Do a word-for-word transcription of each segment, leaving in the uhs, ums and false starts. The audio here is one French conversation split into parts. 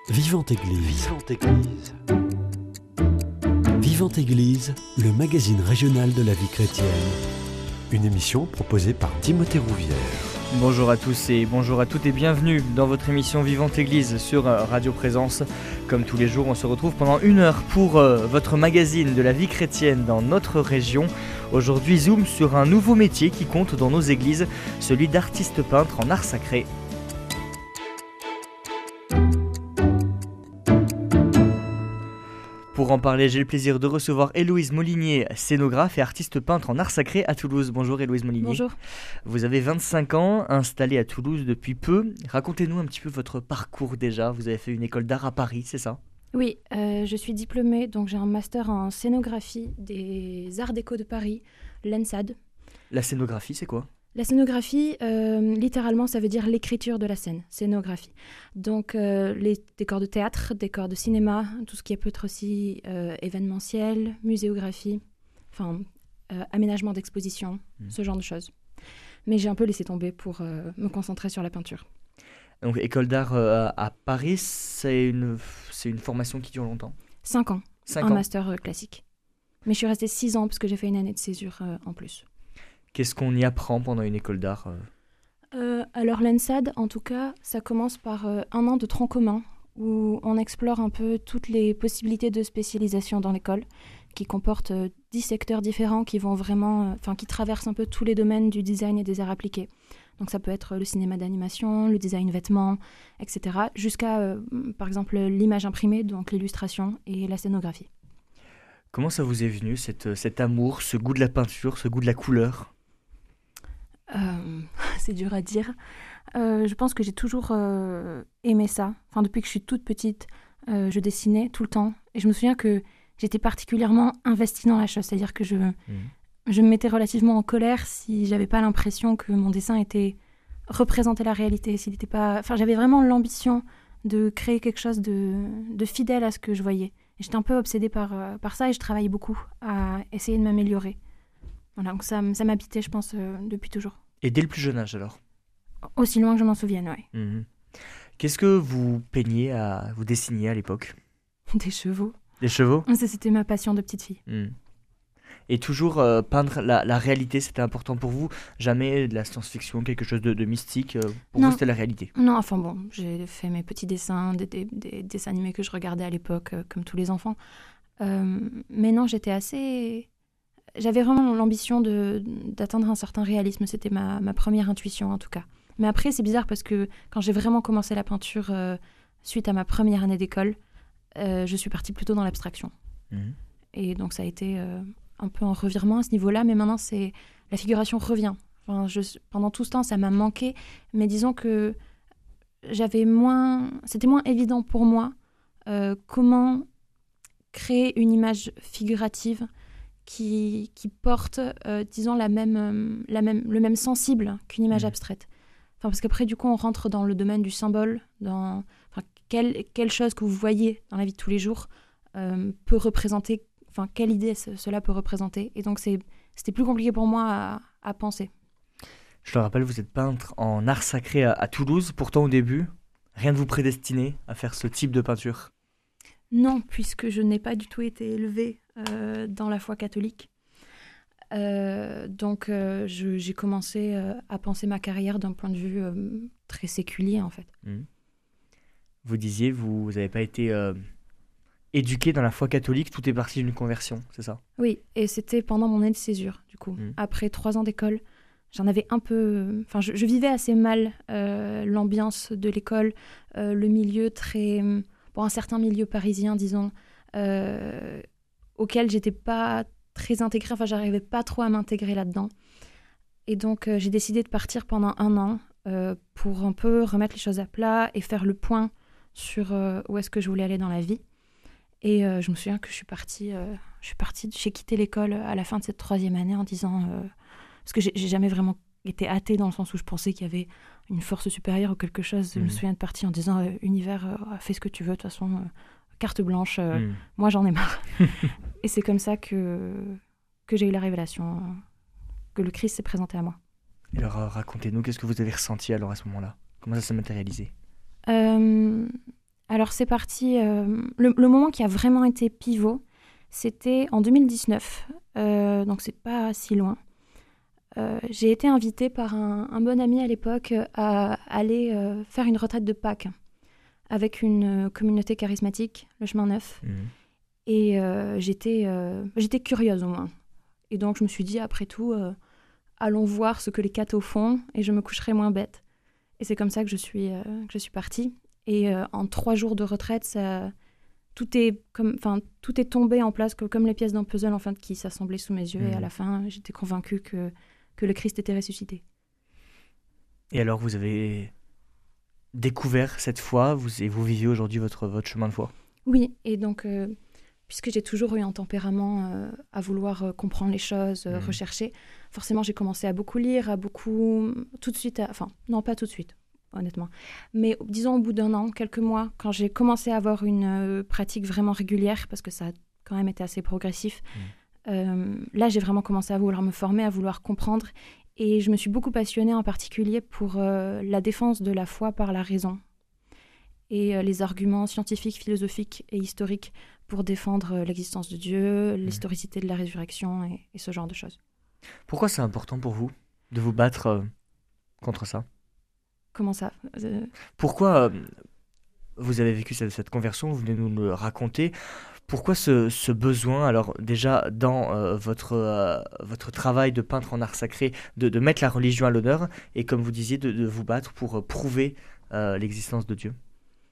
Vivante Église. Vivante Église. Vivante Église, le magazine régional de la vie chrétienne. Une émission proposée par Timothée Rouvière. Bonjour à tous et bonjour à toutes et bienvenue dans votre émission Vivante Église sur Radio Présence. Comme tous les jours, on se retrouve pendant une heure pour euh, votre magazine de la vie chrétienne dans notre région. Aujourd'hui, zoom sur un nouveau métier qui compte dans nos églises, celui d'artiste peintre en art sacré. Pour en parler, j'ai le plaisir de recevoir Héloïse Molinier, scénographe et artiste peintre en art sacré à Toulouse. Bonjour Héloïse Molinier. Bonjour. Vous avez vingt-cinq ans, installée à Toulouse depuis peu. Racontez-nous un petit peu votre parcours déjà. Vous avez fait une école d'art à Paris, c'est ça ? Oui, euh, je suis diplômée, donc j'ai un master en scénographie des Arts Déco de Paris, l'E N S A D. La scénographie, c'est quoi ? La scénographie, euh, littéralement, ça veut dire l'écriture de la scène, scénographie. Donc, euh, les décors de théâtre, décors de cinéma, tout ce qui peut être aussi euh, événementiel, muséographie, enfin, euh, aménagement d'exposition, mmh. ce genre de choses. Mais j'ai un peu laissé tomber pour euh, me concentrer sur la peinture. Donc, école d'art euh, à Paris, c'est une, c'est une formation qui dure longtemps ? Cinq ans, Cinq un ans. master euh, classique. Mais je suis restée six ans parce que j'ai fait une année de césure euh, en plus. Qu'est-ce qu'on y apprend pendant une école d'art ? euh, Alors l'E N S A D, en tout cas, ça commence par euh, un an de tronc commun où on explore un peu toutes les possibilités de spécialisation dans l'école, qui comportent euh, dix secteurs différents qui vont vraiment, enfin, euh, qui traversent un peu tous les domaines du design et des arts appliqués. Donc ça peut être le cinéma d'animation, le design vêtements, et cetera, jusqu'à, euh, par exemple, l'image imprimée, donc l'illustration et la scénographie. Comment ça vous est venu, cette, cet amour, ce goût de la peinture, ce goût de la couleur ? Euh, c'est dur à dire. Euh, je pense que j'ai toujours euh, aimé ça. Enfin, depuis que je suis toute petite, euh, je dessinais tout le temps. Et je me souviens que j'étais particulièrement investie dans la chose. C'est-à-dire que je, mmh. je me mettais relativement en colère si j'avais pas l'impression que mon dessin était représentait la réalité. S'il était pas... Enfin, j'avais vraiment l'ambition de créer quelque chose de, de fidèle à ce que je voyais. Et j'étais un peu obsédée par, euh, par ça et je travaillais beaucoup à essayer de m'améliorer. Voilà, donc ça, ça m'habitait, je pense, euh, depuis toujours. Et dès le plus jeune âge, alors ? Aussi loin que je m'en souvienne, oui. Mmh. Qu'est-ce que vous peigniez, à, vous dessiniez à l'époque ? Des chevaux. Des chevaux ? Ça, c'était ma passion de petite fille. Mmh. Et toujours euh, peindre la, la réalité, c'était important pour vous ? Jamais de la science-fiction, quelque chose de, de mystique euh, Pour non. vous, c'était la réalité ? Non, enfin bon, j'ai fait mes petits dessins, des, des, des dessins animés que je regardais à l'époque, euh, comme tous les enfants. Euh, mais non, j'étais assez... J'avais vraiment l'ambition de, d'atteindre un certain réalisme. C'était ma, ma première intuition, en tout cas. Mais après, c'est bizarre parce que quand j'ai vraiment commencé la peinture euh, suite à ma première année d'école, euh, je suis partie plutôt dans l'abstraction. Mmh. Et donc, ça a été euh, un peu un revirement à ce niveau-là. Mais maintenant, c'est, la figuration revient. Enfin, je, pendant tout ce temps, ça m'a manqué. Mais disons que j'avais moins... C'était moins évident pour moi euh, comment créer une image figurative Qui, qui porte, euh, disons, la même, euh, la même, le même sensible qu'une image mmh. abstraite. Enfin, parce qu'après, du coup, on rentre dans le domaine du symbole, dans enfin, quelle, quelle chose que vous voyez dans la vie de tous les jours euh, peut représenter, enfin, quelle idée ce, cela peut représenter. Et donc, c'est, c'était plus compliqué pour moi à, à penser. Je le rappelle, vous êtes peintre en art sacré à, à Toulouse. Pourtant, au début, rien ne vous prédestinait à faire ce type de peinture ? Non, puisque je n'ai pas du tout été élevée euh, dans la foi catholique. Euh, donc, euh, je, j'ai commencé euh, à penser ma carrière d'un point de vue euh, très séculier, en fait. Mmh. Vous disiez, vous n'avez pas été euh, éduquée dans la foi catholique, tout est parti d'une conversion, c'est ça ? Oui, et c'était pendant mon année de césure, du coup. Mmh. Après trois ans d'école, j'en avais un peu... Enfin, je, je vivais assez mal euh, l'ambiance de l'école, euh, le milieu très... Pour un certain milieu parisien, disons, euh, auquel j'étais pas très intégrée, enfin j'arrivais pas trop à m'intégrer là-dedans. Et donc euh, j'ai décidé de partir pendant un an euh, pour un peu remettre les choses à plat et faire le point sur euh, où est-ce que je voulais aller dans la vie. Et euh, je me souviens que je suis partie, euh, je suis partie, j'ai quitté l'école à la fin de cette troisième année en disant, euh, parce que j'ai, j'ai jamais vraiment été athée dans le sens où je pensais qu'il y avait une force supérieure ou quelque chose. Je mmh. me souviens de partir en disant euh, univers, euh, fais ce que tu veux, de toute façon, euh, carte blanche, euh, mmh. moi j'en ai marre. Et c'est comme ça que, que j'ai eu la révélation, euh, que le Christ s'est présenté à moi. Et alors racontez-nous, qu'est-ce que vous avez ressenti alors à ce moment-là ? Comment ça s'est matérialisé ? euh, Alors c'est parti, euh, le, le moment qui a vraiment été pivot, c'était en deux mille dix-neuf, euh, donc c'est pas si loin. Euh, j'ai été invitée par un, un bon ami à l'époque à aller euh, faire une retraite de Pâques avec une euh, communauté charismatique, le Chemin Neuf. Mmh. Et euh, j'étais, euh, j'étais curieuse au moins. Et donc je me suis dit, après tout, euh, allons voir ce que les cathos font et je me coucherai moins bête. Et c'est comme ça que je suis, euh, que je suis partie. Et euh, en trois jours de retraite, ça, tout, est comme, tout est tombé en place comme les pièces d'un puzzle en fin, qui s'assemblaient sous mes yeux. Mmh. Et à la fin, j'étais convaincue que, que le Christ était ressuscité. Et alors, vous avez découvert cette foi vous, et vous vivez aujourd'hui votre, votre chemin de foi? Oui, et donc, euh, puisque j'ai toujours eu un tempérament euh, à vouloir euh, comprendre les choses, euh, mmh. rechercher, forcément, j'ai commencé à beaucoup lire, à beaucoup... Tout de suite, à, enfin, non, pas tout de suite. Honnêtement. Mais disons au bout d'un an, quelques mois, quand j'ai commencé à avoir une euh, pratique vraiment régulière, parce que ça a quand même été assez progressif, mmh. euh, là j'ai vraiment commencé à vouloir me former, à vouloir comprendre, et je me suis beaucoup passionnée en particulier pour euh, la défense de la foi par la raison, et euh, les arguments scientifiques, philosophiques et historiques pour défendre euh, l'existence de Dieu, mmh. l'historicité de la résurrection et, et ce genre de choses. Pourquoi c'est important pour vous de vous battre euh, contre ça ? Comment ça euh... Pourquoi euh, vous avez vécu cette, cette conversion, vous venez nous le raconter. Pourquoi ce, ce besoin, alors déjà dans euh, votre, euh, votre travail de peintre en art sacré, de, de mettre la religion à l'honneur et comme vous disiez, de, de vous battre pour euh, prouver euh, l'existence de Dieu?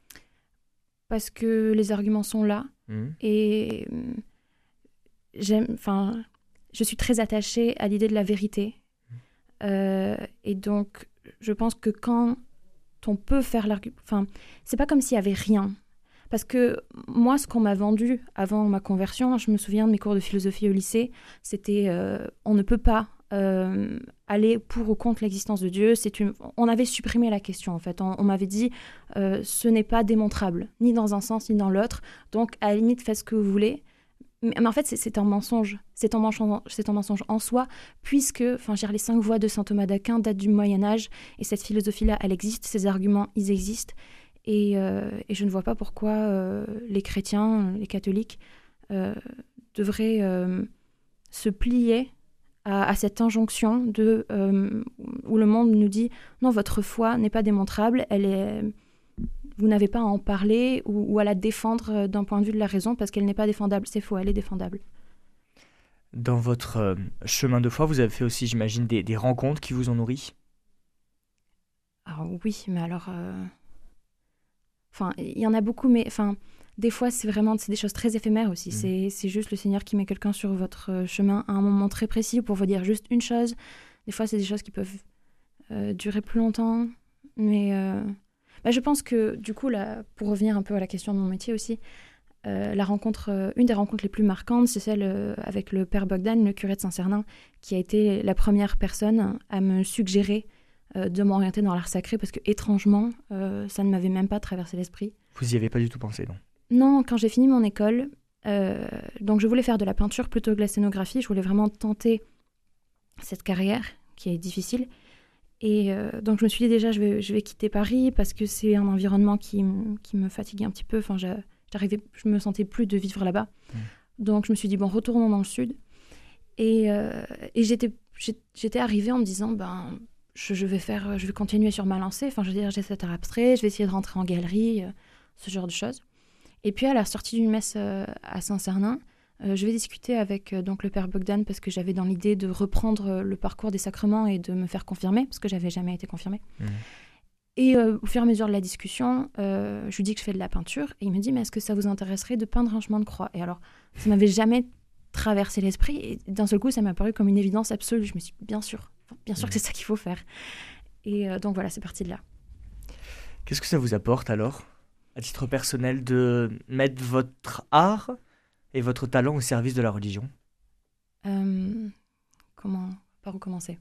Parce que les arguments sont là mmh. et j'aime, enfin, je suis très attachée à l'idée de la vérité. Mmh. Euh, et donc, je pense que quand on peut faire l'argument... Enfin, c'est pas comme s'il y avait rien. Parce que moi, ce qu'on m'a vendu avant ma conversion, je me souviens de mes cours de philosophie au lycée, c'était euh, on ne peut pas euh, aller pour ou contre l'existence de Dieu. C'est une... On avait supprimé la question, en fait. On, on m'avait dit euh, ce n'est pas démontrable, ni dans un sens, ni dans l'autre. Donc, à la limite, faites ce que vous voulez. Mais, mais en fait, c'est, c'est un mensonge. C'est un mensonge, c'est un mensonge en soi, puisque enfin, les cinq voies de saint Thomas d'Aquin datent du Moyen-Âge, et cette philosophie-là, elle existe, ces arguments, ils existent. Et, euh, et je ne vois pas pourquoi euh, les chrétiens, les catholiques, euh, devraient euh, se plier à, à cette injonction de, euh, où le monde nous dit « Non, votre foi n'est pas démontrable, elle est... » Vous n'avez pas à en parler ou, ou à la défendre d'un point de vue de la raison parce qu'elle n'est pas défendable. C'est faux, elle est défendable. Dans votre euh, chemin de foi, vous avez fait aussi, j'imagine, des, des rencontres qui vous ont nourri? Alors oui, mais alors... Euh... Enfin, il y en a beaucoup, mais enfin, des fois, c'est vraiment c'est des choses très éphémères aussi. Mmh. C'est, c'est juste le Seigneur qui met quelqu'un sur votre chemin à un moment très précis pour vous dire juste une chose. Des fois, c'est des choses qui peuvent euh, durer plus longtemps, mais... Euh... Bah, je pense que, du coup, là, pour revenir un peu à la question de mon métier aussi, euh, la rencontre, euh, une des rencontres les plus marquantes, c'est celle euh, avec le père Bogdan, le curé de Saint-Cernin, qui a été la première personne à me suggérer euh, de m'orienter dans l'art sacré, parce que, étrangement, euh, ça ne m'avait même pas traversé l'esprit. Vous n'y avez pas du tout pensé, non? Non, quand j'ai fini mon école, euh, donc je voulais faire de la peinture plutôt que de la scénographie, je voulais vraiment tenter cette carrière, qui est difficile. Et euh, donc je me suis dit déjà je vais, je vais quitter Paris parce que c'est un environnement qui, m- qui me fatiguait un petit peu. Enfin, j'arrivais, je me sentais plus de vivre là-bas. Mmh. Donc je me suis dit bon, retournons dans le sud. Et, euh, et j'étais, j'étais arrivée en me disant ben je, je vais faire, je vais continuer sur ma lancée. Enfin, je veux dire, j'ai cet art abstrait, je vais essayer de rentrer en galerie, euh, ce genre de choses. Et puis à la sortie d'une messe euh, à Saint-Cernin, Euh, je vais discuter avec euh, donc le père Bogdan parce que j'avais dans l'idée de reprendre euh, le parcours des sacrements et de me faire confirmer parce que j'avais jamais été confirmée. Mmh. Et euh, au fur et à mesure de la discussion, euh, je lui dis que je fais de la peinture et il me dit mais est-ce que ça vous intéresserait de peindre un chemin de croix? Et alors ça m'avait jamais traversé l'esprit et d'un seul coup ça m'a paru comme une évidence absolue. Je me suis dit bien sûr, bien sûr mmh. que c'est ça qu'il faut faire. Et euh, donc voilà, c'est parti de là. Qu'est-ce que ça vous apporte alors, à titre personnel, de mettre votre art et votre talent au service de la religion? euh, Comment, par où commencer?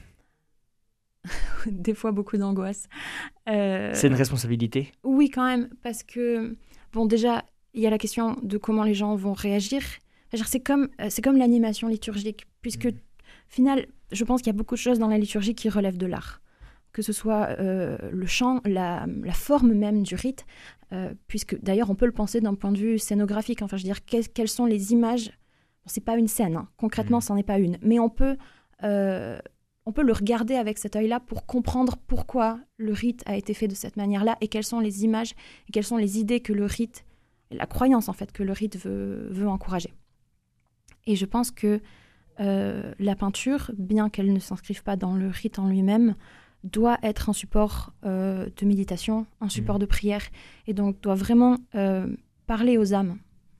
Des fois, beaucoup d'angoisse. Euh, C'est une responsabilité? Oui, quand même, parce que, bon, déjà, il y a la question de comment les gens vont réagir. C'est comme, c'est comme l'animation liturgique, puisque, mmh. au final, je pense qu'il y a beaucoup de choses dans la liturgie qui relèvent de l'art. que ce soit euh, le chant, la, la forme même du rite, euh, puisque d'ailleurs on peut le penser d'un point de vue scénographique. Enfin, je veux dire, que, quelles sont les images. Bon, c'est pas une scène, hein. Concrètement, mmh. c'en est pas une, mais on peut, euh, on peut le regarder avec cet œil-là pour comprendre pourquoi le rite a été fait de cette manière-là et quelles sont les images et quelles sont les idées que le rite, la croyance en fait que le rite veut, veut encourager. Et je pense que euh, la peinture, bien qu'elle ne s'inscrive pas dans le rite en lui-même, doit être un support euh, de méditation, un support mmh. de prière, et donc doit vraiment euh, parler aux âmes.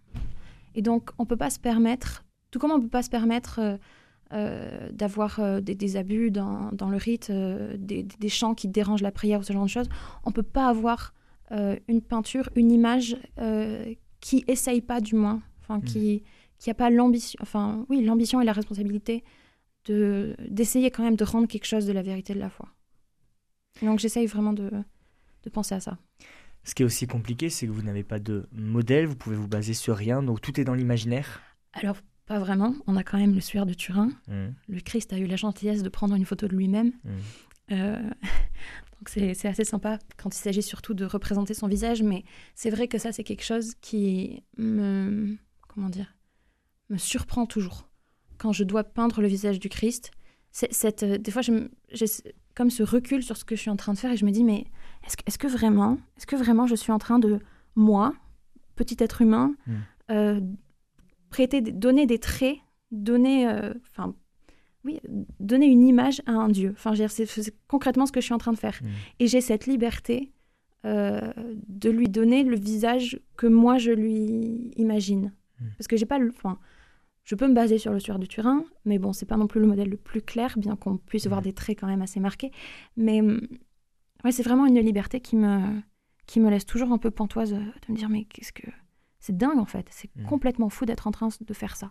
Et donc, on ne peut pas se permettre, tout comme on ne peut pas se permettre euh, euh, d'avoir euh, des, des abus dans, dans le rite, euh, des, des chants qui dérangent la prière ou ce genre de choses, on ne peut pas avoir euh, une peinture, une image euh, qui essaye pas du moins, enfin, mmh. qui n'a pas l'ambition, enfin, oui, l'ambition et la responsabilité de, d'essayer quand même de rendre quelque chose de la vérité de la foi. Et donc j'essaye vraiment de, de penser à ça. Ce qui est aussi compliqué, c'est que vous n'avez pas de modèle, vous pouvez vous baser sur rien, donc tout est dans l'imaginaire. Alors, pas vraiment. On a quand même le suaire de Turin. Mmh. Le Christ a eu la gentillesse de prendre une photo de lui-même. Mmh. Euh, donc c'est, c'est assez sympa quand il s'agit surtout de représenter son visage, mais c'est vrai que ça, c'est quelque chose qui me, comment dire, me surprend toujours. Quand je dois peindre le visage du Christ, c'est, cette, euh, des fois, je, j'ai comme ce recul sur ce que je suis en train de faire et je me dis, mais est-ce que, est-ce que vraiment, est-ce que vraiment je suis en train de, moi, petit être humain, mmh. euh, prêter, donner des traits, donner, enfin, euh, oui, donner une image à un Dieu. Enfin, je veux dire, c'est, c'est concrètement ce que je suis en train de faire. Mmh. Et j'ai cette liberté euh, de lui donner le visage que moi je lui imagine, mmh. parce que j'ai pas le, enfin. Je peux me baser sur le suaire de Turin, mais bon, c'est pas non plus le modèle le plus clair, bien qu'on puisse mmh. voir des traits quand même assez marqués. Mais ouais, c'est vraiment une liberté qui me, qui me laisse toujours un peu pantoise de me dire, mais qu'est-ce que... C'est dingue, en fait. C'est mmh. complètement fou d'être en train de faire ça.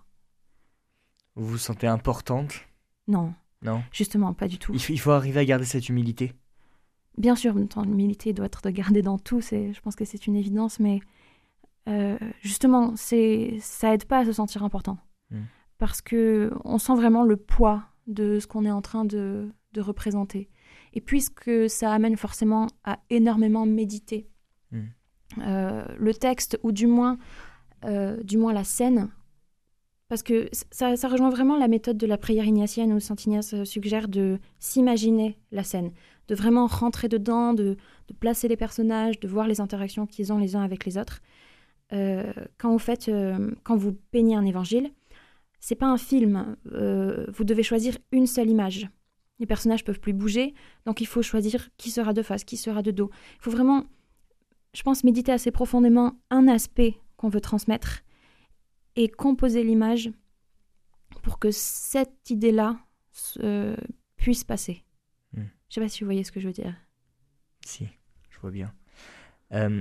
Vous vous sentez importante ? Non. Non. Justement, pas du tout. Il faut, il faut arriver à garder cette humilité. Bien sûr, l'humilité doit être gardée dans tout. C'est, je pense que c'est une évidence, mais euh, justement, c'est, ça aide pas à se sentir important. Mmh. Parce qu'on sent vraiment le poids de ce qu'on est en train de, de représenter. Et puisque ça amène forcément à énormément méditer mmh. euh, le texte, ou du moins, euh, du moins la scène, parce que ça, ça rejoint vraiment la méthode de la prière ignatienne où saint Ignace suggère de s'imaginer la scène, de vraiment rentrer dedans, de, de placer les personnages, de voir les interactions qu'ils ont les uns avec les autres. Euh, quand vous faites, euh, quand vous peignez un évangile, c'est pas un film, euh, vous devez choisir une seule image. Les personnages peuvent plus bouger, donc il faut choisir qui sera de face, qui sera de dos. Il faut vraiment, je pense, méditer assez profondément un aspect qu'on veut transmettre et composer l'image pour que cette idée-là euh, puisse passer. Mmh. Je sais pas si vous voyez ce que je veux dire. Si, je vois bien. Euh...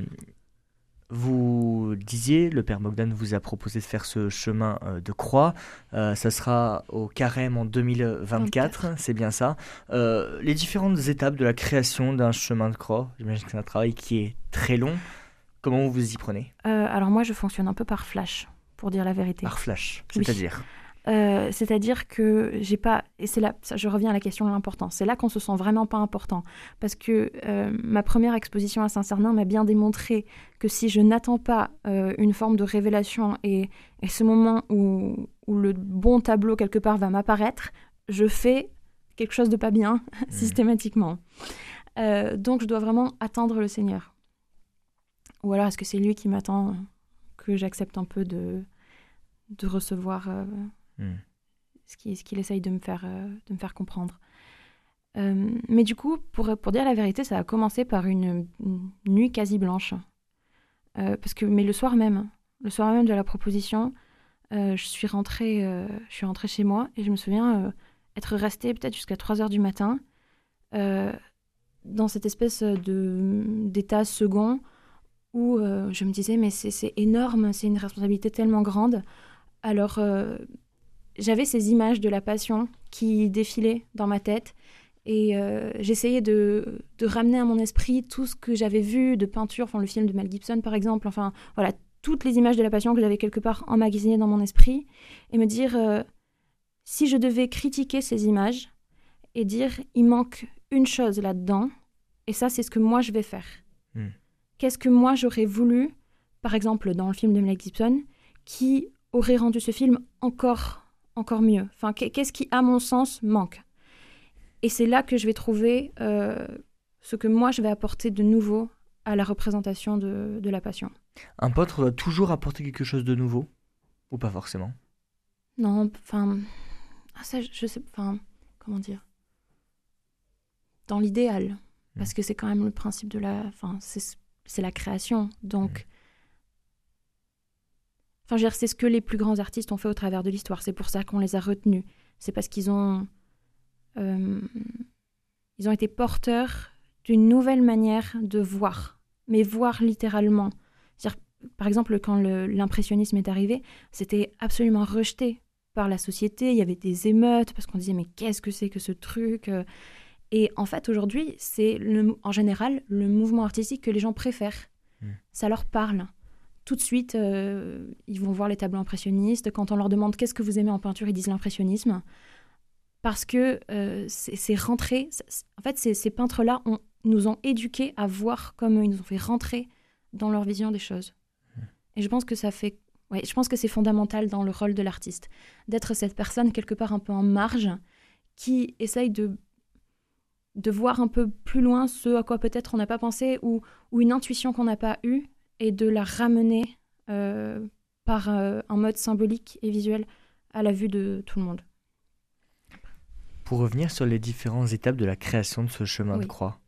Vous disiez, le Père Bogdan vous a proposé de faire ce chemin euh, de croix. Euh, ça sera au Carême en deux mille vingt-quatre, vingt-quatre. C'est bien ça. Euh, les différentes étapes de la création d'un chemin de croix, j'imagine que c'est un travail qui est très long. Comment vous vous y prenez ? euh, Alors moi, je fonctionne un peu par flash, pour dire la vérité. Par flash, c'est-à-dire ? Oui. Euh, c'est-à-dire que j'ai pas, et c'est là, ça, je reviens à la question de l'important, c'est là qu'on se sent vraiment pas important, parce que euh, ma première exposition à Saint-Cernin m'a bien démontré que si je n'attends pas euh, une forme de révélation et, et ce moment où, où le bon tableau quelque part va m'apparaître, je fais quelque chose de pas bien mmh. systématiquement. Euh, donc je dois vraiment attendre le Seigneur. Ou alors est-ce que c'est lui qui m'attend que j'accepte un peu de, de recevoir euh, Mmh. ce, qui, ce qu'il essaye de me faire, euh, de me faire comprendre. Euh, mais du coup, pour, pour dire la vérité, ça a commencé par une, une nuit quasi blanche. Euh, parce que, mais le soir même, le soir même de la proposition, euh, je, suis rentrée, euh, je suis rentrée chez moi et je me souviens euh, être restée peut-être jusqu'à trois heures du matin euh, dans cette espèce de, d'état second où euh, je me disais, mais c'est, c'est énorme, c'est une responsabilité tellement grande. Alors... Euh, J'avais ces images de la Passion qui défilaient dans ma tête et euh, j'essayais de, de ramener à mon esprit tout ce que j'avais vu de peinture, enfin le film de Mel Gibson par exemple, enfin voilà, toutes les images de la Passion que j'avais quelque part emmagasinées dans mon esprit et me dire, euh, si je devais critiquer ces images et dire, il manque une chose là-dedans, et ça, c'est ce que moi, je vais faire. Mm. Qu'est-ce que moi, j'aurais voulu, par exemple, dans le film de Mel Gibson, qui aurait rendu ce film encore, encore mieux. Enfin, qu'est-ce qui, à mon sens, manque? Et c'est là que je vais trouver euh, ce que moi, je vais apporter de nouveau à la représentation de, de la Passion. Un peintre doit toujours apporter quelque chose de nouveau? Ou pas forcément? Non, enfin... Ah, ça, je sais... Enfin, comment dire? Dans l'idéal. Mmh. Parce que c'est quand même le principe de la... Enfin, c'est, c'est la création. Donc... Mmh. Enfin, je veux dire, c'est ce que les plus grands artistes ont fait au travers de l'histoire. C'est pour ça qu'on les a retenus. C'est parce qu'ils ont... Euh, ils ont été porteurs d'une nouvelle manière de voir. Mais voir littéralement. C'est-à-dire, par exemple, quand le, l'impressionnisme est arrivé, c'était absolument rejeté par la société. Il y avait des émeutes parce qu'on disait « mais qu'est-ce que c'est que ce truc ?» Et en fait, aujourd'hui, c'est le, en général le mouvement artistique que les gens préfèrent. Mmh. Ça leur parle. Tout de suite, euh, ils vont voir les tableaux impressionnistes. Quand on leur demande « qu'est-ce que vous aimez en peinture ?» ils disent l'impressionnisme. Parce que euh, c'est, c'est rentré... C'est, en fait, ces, ces peintres-là ont, nous ont éduqués à voir comme eux. Ils nous ont fait rentrer dans leur vision des choses. Mmh. Et je pense que ça fait... Ouais, je pense que c'est fondamental dans le rôle de l'artiste. D'être cette personne quelque part un peu en marge qui essaye de... de voir un peu plus loin ce à quoi peut-être on n'a pas pensé ou, ou une intuition qu'on n'a pas eue et de la ramener euh, par euh, un mode symbolique et visuel à la vue de tout le monde. Pour revenir sur les différentes étapes de la création de ce chemin oui. de croix,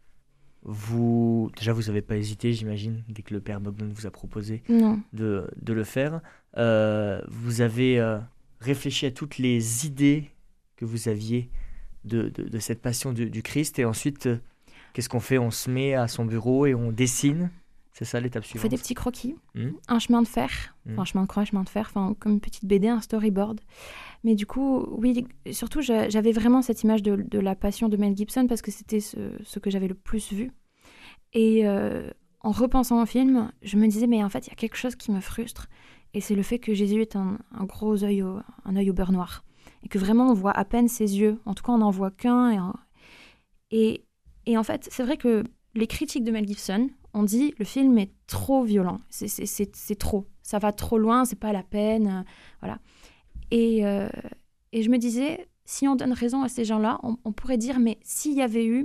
vous, déjà vous n'avez pas hésité, j'imagine, dès que le père Bogdan vous a proposé de, de le faire. Euh, vous avez euh, réfléchi à toutes les idées que vous aviez De, de, de cette passion du, du Christ et ensuite euh, qu'est-ce qu'on fait? On se met à son bureau et on dessine, c'est ça l'étape suivante? On fait des petits croquis, mmh. un chemin de fer, mmh. enfin un chemin de croix, un chemin de fer, enfin comme une petite B D, un storyboard. Mais du coup, oui, surtout j'avais vraiment cette image de, de la passion de Mel Gibson parce que c'était ce, ce que j'avais le plus vu. Et euh, en repensant au film, je me disais mais en fait il y a quelque chose qui me frustre et c'est le fait que Jésus est un, un gros œil au, un œil au beurre noir. Et que vraiment on voit à peine ses yeux. En tout cas, on n'en voit qu'un. Et, en... et, et en fait, c'est vrai que les critiques de Mel Gibson ont dit le film est trop violent. C'est, c'est, c'est, c'est trop. Ça va trop loin, c'est pas la peine. Euh, voilà. Et, euh, et je me disais, si on donne raison à ces gens-là, on, on pourrait dire, mais s'il y avait eu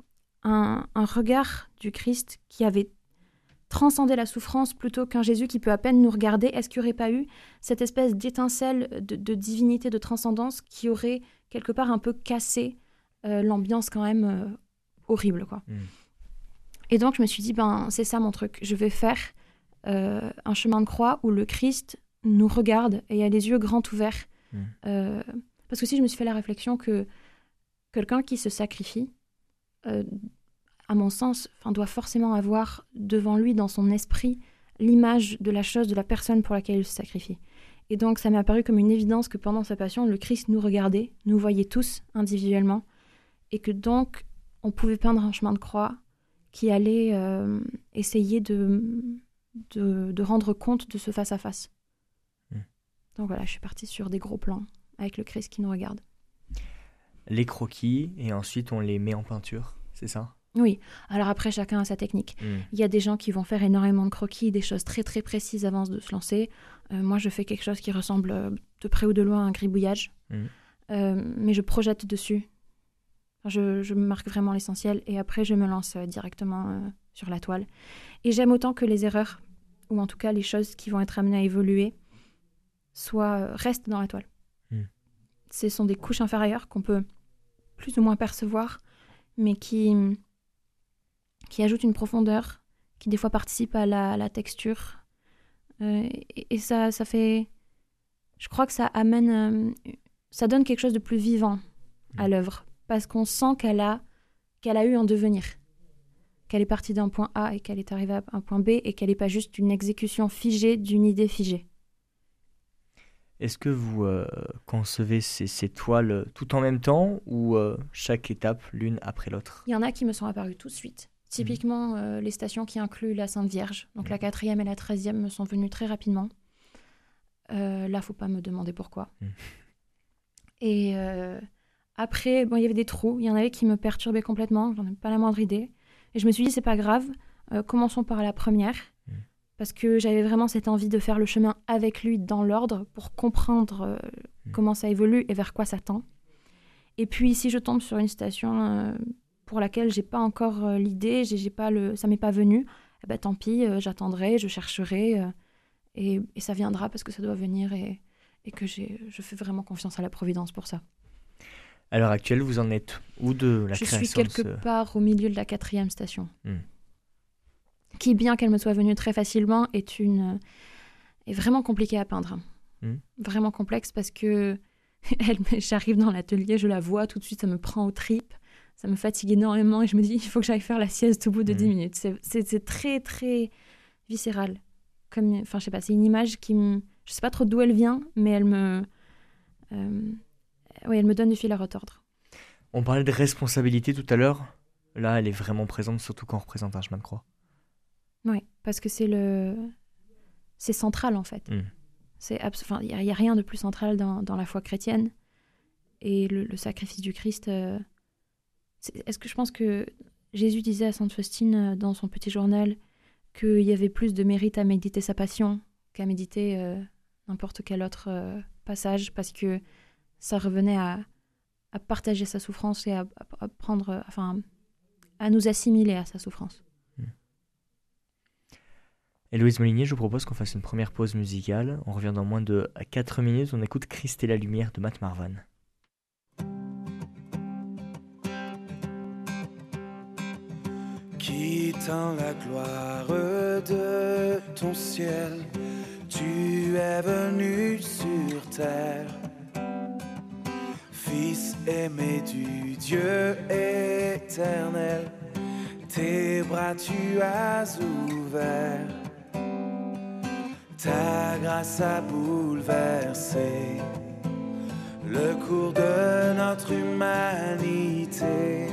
un, un regard du Christ qui avait transcender la souffrance plutôt qu'un Jésus qui peut à peine nous regarder, est-ce qu'il n'y aurait pas eu cette espèce d'étincelle de, de divinité, de transcendance qui aurait quelque part un peu cassé euh, l'ambiance quand même euh, horrible, quoi. Mmh. Et donc je me suis dit, ben c'est ça mon truc, je vais faire euh, un chemin de croix où le Christ nous regarde et a les yeux grands ouverts. Mmh. Euh, parce que si je me suis fait la réflexion que quelqu'un qui se sacrifie, euh, à mon sens, enfin, doit forcément avoir devant lui, dans son esprit, l'image de la chose, de la personne pour laquelle il se sacrifie. Et donc, ça m'est apparu comme une évidence que pendant sa passion, le Christ nous regardait, nous voyait tous individuellement, et que donc, on pouvait peindre un chemin de croix qui allait euh, essayer de, de, de rendre compte de ce face-à-face. Mmh. Donc voilà, je suis partie sur des gros plans, avec le Christ qui nous regarde. Les croquis, et ensuite on les met en peinture, c'est ça ? Oui, alors après, chacun a sa technique. Mmh. Il y a des gens qui vont faire énormément de croquis, des choses très très précises avant de se lancer. Euh, moi, je fais quelque chose qui ressemble de près ou de loin à un gribouillage. Mmh. Euh, mais je projette dessus. Je, je marque vraiment l'essentiel et après, je me lance directement euh, sur la toile. Et j'aime autant que les erreurs, ou en tout cas les choses qui vont être amenées à évoluer, soient, restent dans la toile. Mmh. Ce sont des couches inférieures qu'on peut plus ou moins percevoir, mais qui... qui ajoute une profondeur, qui des fois participe à la, à la texture. Euh, et, et ça, ça fait... Je crois que ça amène... Euh, ça donne quelque chose de plus vivant à l'œuvre, parce qu'on sent qu'elle a, qu'elle a eu un devenir, qu'elle est partie d'un point A et qu'elle est arrivée à un point B, et qu'elle n'est pas juste une exécution figée d'une idée figée. Est-ce que vous euh, concevez ces, ces toiles tout en même temps, ou euh, chaque étape l'une après l'autre ? Il y en a qui me sont apparues tout de suite. Typiquement, euh, les stations qui incluent la Sainte Vierge. Donc, mmh. la quatrième et la treizième me sont venues très rapidement. Euh, là, il ne faut pas me demander pourquoi. Mmh. Et euh, Après, bon, il y avait des trous. Il y en avait qui me perturbaient complètement. J'en ai pas la moindre idée. Et je me suis dit, c'est pas grave. Euh, commençons par la première. Mmh. Parce que j'avais vraiment cette envie de faire le chemin avec lui dans l'ordre pour comprendre euh, mmh. comment ça évolue et vers quoi ça tend. Et puis, si je tombe sur une citation euh, pour laquelle j'ai pas encore euh, l'idée, j'ai, j'ai pas le, ça m'est pas venu, eh ben, tant pis, euh, j'attendrai, je chercherai euh, et, et ça viendra parce que ça doit venir et, et que j'ai, je fais vraiment confiance à la Providence pour ça. À l'heure actuelle, vous en êtes où de la je création? Je suis quelque ce... part au milieu de la quatrième station. Hmm. Qui, bien qu'elle me soit venue très facilement, est, une, est vraiment compliquée à peindre. Hmm. Vraiment complexe parce que elle, j'arrive dans l'atelier, je la vois, tout de suite ça me prend aux tripes, ça me fatigue énormément et je me dis il faut que j'aille faire la sieste au bout de hmm. dix minutes. C'est, c'est, c'est très très viscéral. Comme, enfin, je sais pas, c'est une image qui me... Je sais pas trop d'où elle vient, mais elle me... Euh, Oui, elle me donne du fil à retordre. On parlait de responsabilité tout à l'heure. Là, elle est vraiment présente, surtout quand on représente un chemin de croix. Oui, parce que c'est le... c'est central, en fait. Mm. C'est abs... enfin, il n'y a, a rien de plus central dans, dans la foi chrétienne. Et le, le sacrifice du Christ... Euh... Est-ce que je pense que Jésus disait à Sainte Faustine, dans son petit journal, qu'il y avait plus de mérite à méditer sa passion qu'à méditer euh, n'importe quel autre euh, passage, parce que ça revenait à, à partager sa souffrance et à, à, à prendre, enfin, à nous assimiler à sa souffrance. Mmh. Héloïse Molinier, je vous propose qu'on fasse une première pause musicale. On revient dans moins de quatre minutes. On écoute Christ et la lumière de Matt Marvan. Quittant la gloire de ton ciel, tu es venu sur terre. Fils aimé du Dieu éternel, tes bras tu as ouverts. Ta grâce a bouleversé le cours de notre humanité.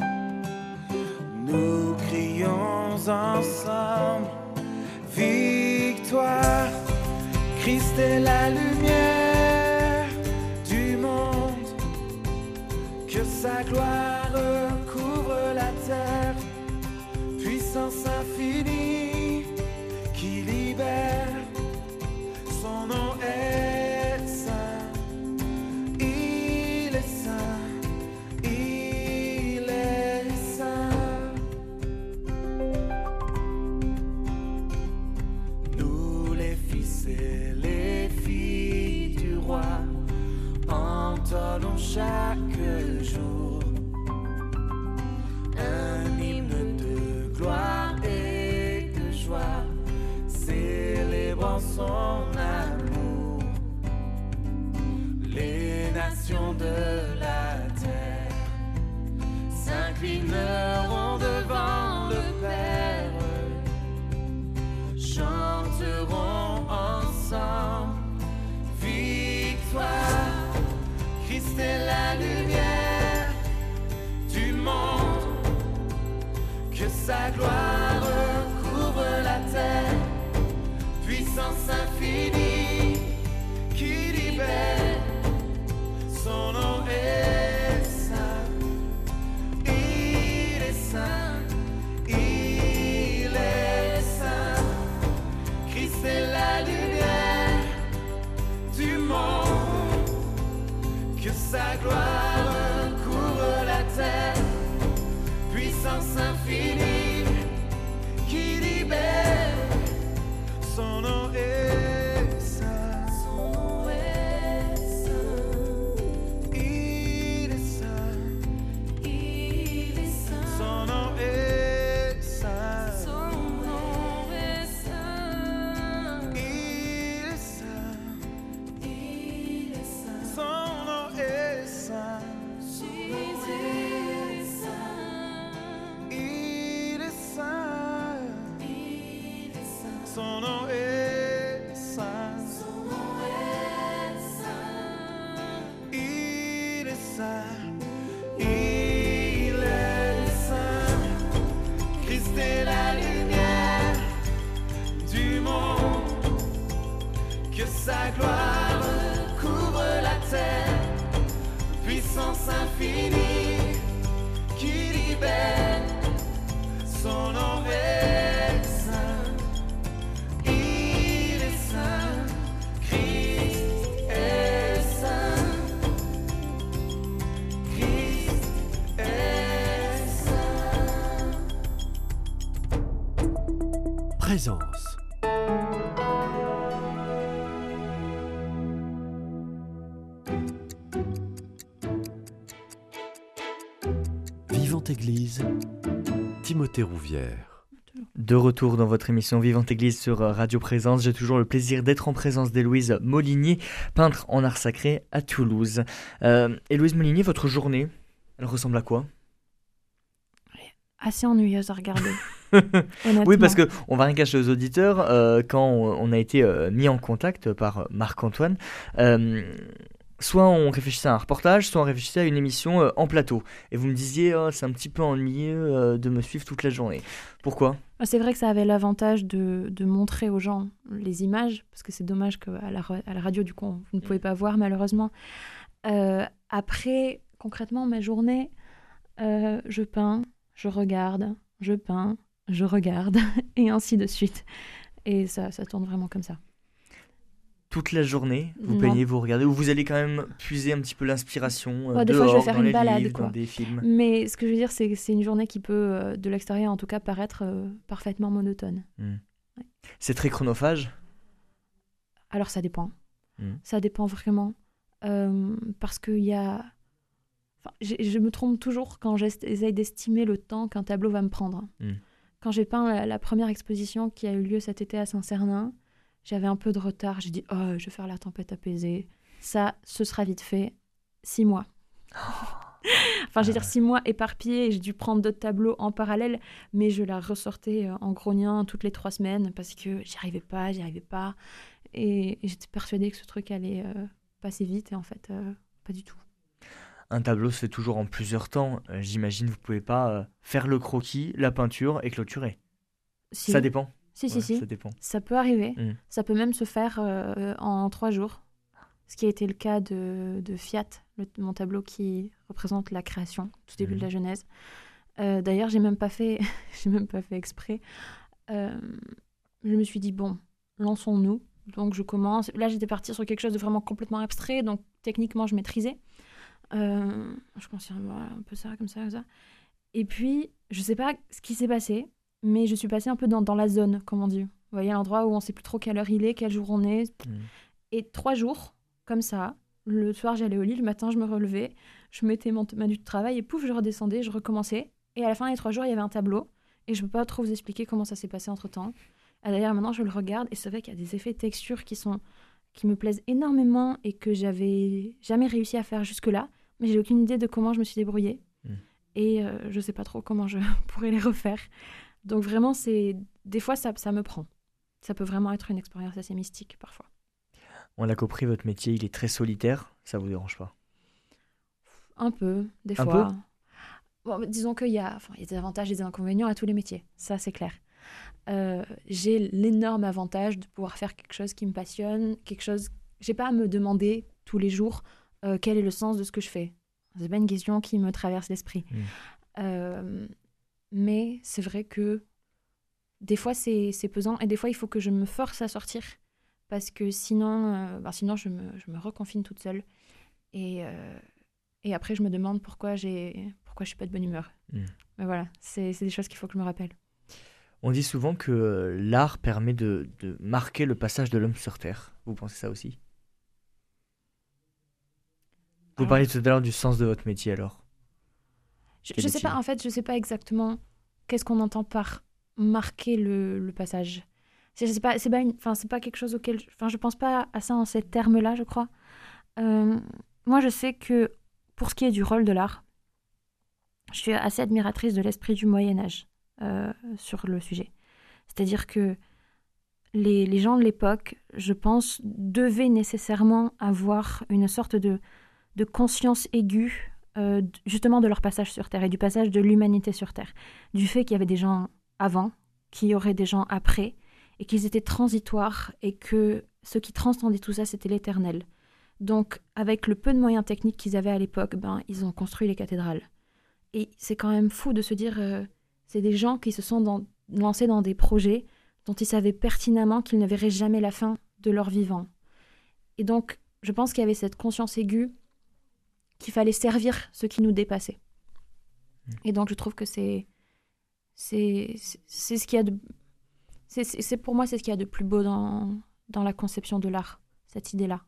Nous crions ensemble victoire. Christ est la lumière du monde, que sa gloire couvre la terre. Puissance infinie qui libère, son nom est saint. Il est saint, il est saint. Nous les fils et les filles du roi entonnons chaque jour un hymne de gloire et de joie, célébrant son amour. Les nations de la terre s'inclineront devant le Père, chanteront ensemble victoire. Christ est la lumière du monde, que sa gloire couvre la terre. Puissance infinie qui libère, son nom est saint. Il est saint, il est saint. Christ est la lumière du monde, que sa gloire couvre la terre. Puissance infinie qui libère, son nom est saint. Son nom est saint. Il est saint. Il est saint. Son nom est saint. Son nom est saint. Il est saint. Il est saint. Son nom est saint. Jésus est saint. Il est saint. Il est saint. Son nom est saint. Son nom est saint. Il est saint. Il est saint. Christ est la lumière du monde, que sa gloire couvre la terre. Puissance infinie Présence. Vivante Église, Timothée Rouvière. De retour dans votre émission Vivante Église sur Radio Présence, j'ai toujours le plaisir d'être en présence d'Héloïse Molinier, peintre en art sacré à Toulouse. Euh, Héloïse Molinier, votre journée, elle ressemble à quoi ? Assez ennuyeuse à regarder. Oui, parce qu'on va rien cacher aux auditeurs, euh, quand on, on a été euh, mis en contact par Marc-Antoine, euh, soit on réfléchissait à un reportage, soit on réfléchissait à une émission euh, en plateau. Et vous me disiez, oh, c'est un petit peu ennuyeux euh, de me suivre toute la journée. Pourquoi ? C'est vrai que ça avait l'avantage de, de montrer aux gens les images, parce que c'est dommage qu'à la, à la radio, du coup, vous ne pouvez pas voir malheureusement. Euh, après, concrètement, ma journée, euh, je peins, je regarde, je peins, je regarde, et ainsi de suite. Et ça, ça tourne vraiment comme ça. Toute la journée, vous Non. peignez, vous regardez, ou vous allez quand même puiser un petit peu l'inspiration euh, Ouais, des dehors, fois, je vais faire dans une les balade, livres, quoi. dans des films. Mais ce que je veux dire, c'est que c'est une journée qui peut, euh, de l'extérieur en tout cas, paraître euh, parfaitement monotone. Hmm. Ouais. C'est très chronophage. Alors ça dépend. Mm. Ça dépend vraiment. Euh, parce qu'il y a... Enfin, j'ai- je me trompe toujours quand j'essaye d'estimer le temps qu'un tableau va me prendre. Mm. Quand j'ai peint la, la première exposition qui a eu lieu cet été à Saint-Cernin, j'avais un peu de retard. J'ai dit, oh, je vais faire la tempête apaisée. Ça, ce sera vite fait. Six mois. Enfin, je veux dire, six mois éparpillés, et j'ai dû prendre d'autres tableaux en parallèle, mais je la ressortais euh, en grognant toutes les trois semaines parce que j'y arrivais pas, j'y arrivais pas. Et, et j'étais persuadée que ce truc allait euh, passer vite, et en fait, euh, pas du tout. Un tableau se fait toujours en plusieurs temps. Euh, J'imagine vous pouvez pas euh, faire le croquis, la peinture et clôturer. Si. Ça dépend. Si, Ouais, si, si. Ça dépend. Ça peut arriver. Mm. Ça peut même se faire euh, en trois jours. Ce qui a été le cas de, de Fiat, le- mon tableau qui représente la création, tout début Mhm. de la Genèse. Euh, D'ailleurs, j'ai même pas fait, j'ai même pas fait exprès. Euh, je me suis dit bon, lançons-nous. Donc je commence. Là, j'étais partie sur quelque chose de vraiment complètement abstrait, donc techniquement, je maîtrisais. Euh, je commençais à voir un peu ça, comme ça, comme ça. Et puis, je sais pas ce qui s'est passé, mais je suis passée un peu dans, dans la zone, comme on dit. Vous voyez, l'endroit où on sait plus trop quelle heure il est, quel jour on est. Mm. Et trois jours, comme ça, le soir j'allais au lit, le matin je me relevais, je mettais mon, ma nuit de travail et pouf, je redescendais, je recommençais. Et à la fin des trois jours, il y avait un tableau. Et je ne peux pas trop vous expliquer comment ça s'est passé entre-temps. Et d'ailleurs, maintenant, je le regarde et c'est vrai qu'il y a des effets de texture qui, sont, qui me plaisent énormément et que j'avais jamais réussi à faire jusque-là. Mais j'ai aucune idée de comment je me suis débrouillée. Mm. Et euh, je ne sais pas trop comment je pourrais les refaire. Donc vraiment, c'est des fois, ça, ça me prend. Ça peut vraiment être une expérience assez mystique, parfois. On l'a compris, votre métier, il est très solitaire. Ça vous dérange pas ? Un peu, des Un fois. Bon, disons qu'il y a, enfin, il y a des avantages et des inconvénients à tous les métiers, ça c'est clair. Euh, j'ai l'énorme avantage de pouvoir faire quelque chose qui me passionne, quelque chose... J'ai pas à me demander tous les jours euh, quel est le sens de ce que je fais. C'est pas une question qui me traverse l'esprit. Mm. Euh, mais c'est vrai que des fois c'est, c'est pesant et des fois il faut que je me force à sortir parce que sinon, euh, ben, sinon je, me, je me reconfine toute seule. Et... Euh, Et après, je me demande pourquoi, j'ai... pourquoi je suis pas de bonne humeur. Mm. Mais voilà, c'est, c'est des choses qu'il faut que je me rappelle. On dit souvent que euh, l'art permet de, de marquer le passage de l'homme sur Terre. Vous pensez ça aussi ? Vous Alors- parliez tout à l'heure du sens de votre métier alors. Je, Quel je sais est-il ? pas, en fait, je sais pas exactement qu'est-ce qu'on entend par marquer le, le passage. C'est, c'est pas, c'est pas une, enfin, c'est pas quelque chose auquel, je- enfin, je pense pas à ça en ces termes-là, je crois. Euh, moi, je sais que pour ce qui est du rôle de l'art, je suis assez admiratrice de l'esprit du Moyen-Âge euh, sur le sujet. C'est-à-dire que les, les gens de l'époque, je pense, devaient nécessairement avoir une sorte de, de conscience aiguë, euh, d- justement de leur passage sur Terre et du passage de l'humanité sur Terre. Du fait qu'il y avait des gens avant, qu'il y aurait des gens après, et qu'ils étaient transitoires, et que ce qui transcendait tout ça, c'était l'éternel. Donc, avec le peu de moyens techniques qu'ils avaient à l'époque, ben, ils ont construit les cathédrales. Et c'est quand même fou de se dire, euh, c'est des gens qui se sont dans- lancés dans des projets dont ils savaient pertinemment qu'ils ne verraient jamais la fin de leur vivant. Et donc, je pense qu'il y avait cette conscience aiguë qu'il fallait servir ce qui nous dépassait. Et donc, je trouve que c'est, c'est, c'est, c'est ce qu'il y a de, C'est, c'est, c'est pour moi, c'est ce qu'il y a de plus beau dans, dans la conception de l'art, cette idée-là.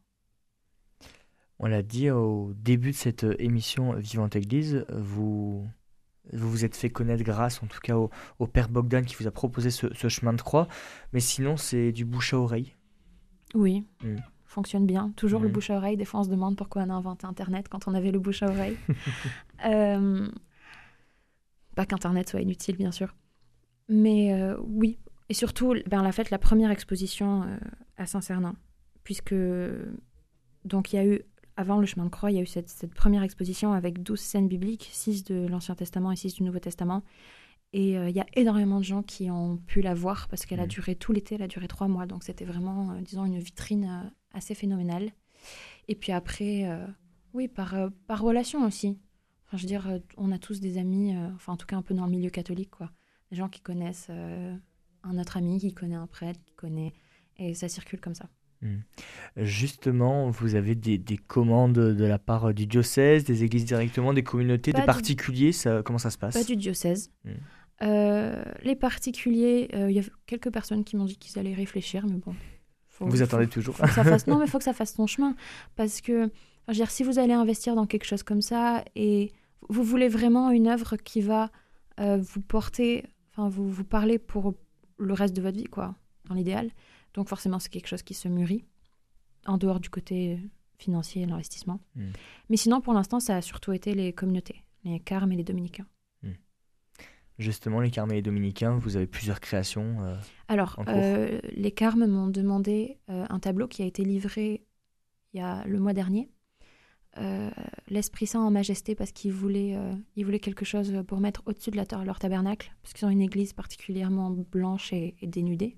On l'a dit au début de cette émission Vivante Église, vous vous, vous êtes fait connaître grâce en tout cas au, au Père Bogdan qui vous a proposé ce, ce chemin de croix, mais sinon c'est du bouche à oreille. Oui, Mm. fonctionne bien. Toujours Mm. le bouche à oreille. Des fois, on se demande pourquoi on a inventé Internet quand on avait le bouche à oreille. euh, pas qu'Internet soit inutile, bien sûr. Mais euh, oui. Et surtout, ben, on a fait la première exposition euh, à Saint-Cernin. Puisque, donc, il y a eu, avant le chemin de croix, il y a eu cette, cette première exposition avec douze scènes bibliques, six de l'Ancien Testament et six du Nouveau Testament. Et euh, il y a énormément de gens qui ont pu la voir parce qu'elle a Mm. duré tout l'été, elle a duré trois mois. Donc c'était vraiment, euh, disons, une vitrine euh, assez phénoménale. Et puis après, euh, oui, par, euh, par relation aussi. Enfin, je veux dire, euh, on a tous des amis, euh, enfin en tout cas un peu dans le milieu catholique, quoi. Des gens qui connaissent euh, un autre ami, qui connaît un prêtre, qui connaît... Et ça circule comme ça. Justement, vous avez des, des commandes de la part du diocèse, des églises directement, des communautés, Pas des du- particuliers, ça, comment ça se passe? Pas du diocèse. Mm. Euh, les particuliers, euh, il y a quelques personnes qui m'ont dit qu'ils allaient réfléchir, mais bon. faut- Vous faut- attendez toujours? faut que ça fasse... Non, mais il faut que ça fasse son chemin. Parce que, enfin, je veux dire, si vous allez investir dans quelque chose comme ça et vous voulez vraiment une œuvre qui va euh, vous porter, enfin, vous, vous parler pour le reste de votre vie, quoi, dans l'idéal. Donc, forcément, c'est quelque chose qui se mûrit, en dehors du côté financier et de l'investissement. Mm. Mais sinon, pour l'instant, ça a surtout été les communautés, les carmes et les dominicains. Justement, les Carmels et Dominicains, vous avez plusieurs créations. euh, Alors, En cours. euh, les carmes m'ont demandé euh, un tableau qui a été livré il y a le mois dernier. Euh, L'Esprit Saint en majesté, parce qu'ils voulaient, euh, ils voulaient quelque chose pour mettre au-dessus de la ta- leur tabernacle, parce qu'ils ont une église particulièrement blanche et, et dénudée.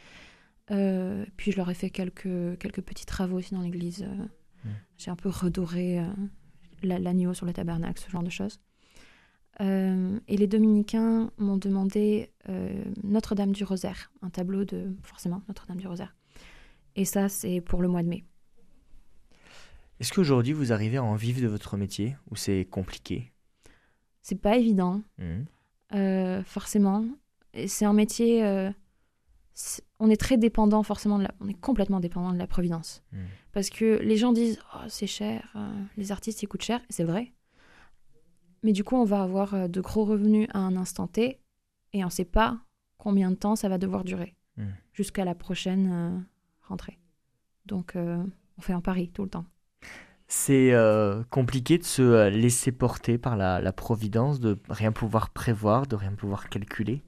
Euh, puis je leur ai fait quelques, quelques petits travaux aussi dans l'église. Euh, Mm. J'ai un peu redoré euh, la- l'agneau sur le tabernacle, ce genre de choses. Euh, et les dominicains m'ont demandé euh, Notre-Dame du Rosaire, un tableau de, forcément, Notre-Dame du Rosaire. Et ça, c'est pour le mois de mai. Est-ce qu'aujourd'hui, vous arrivez à en vivre de votre métier ou c'est compliqué? C'est pas évident, Mhm. euh, forcément. Et c'est un métier... euh, c'est- on est très dépendant, forcément, de la, on est complètement dépendant de la providence. Mhm. Parce que les gens disent oh, c'est cher, euh, les artistes, ils coûtent cher, et c'est vrai. Mais du coup, on va avoir euh, de gros revenus à un instant T, et on ne sait pas combien de temps ça va devoir durer, Mm. jusqu'à la prochaine euh, rentrée. Donc, euh, on fait un pari tout le temps. C'est euh, compliqué de se euh, laisser porter par la, la providence, de rien pouvoir prévoir, de rien pouvoir calculer.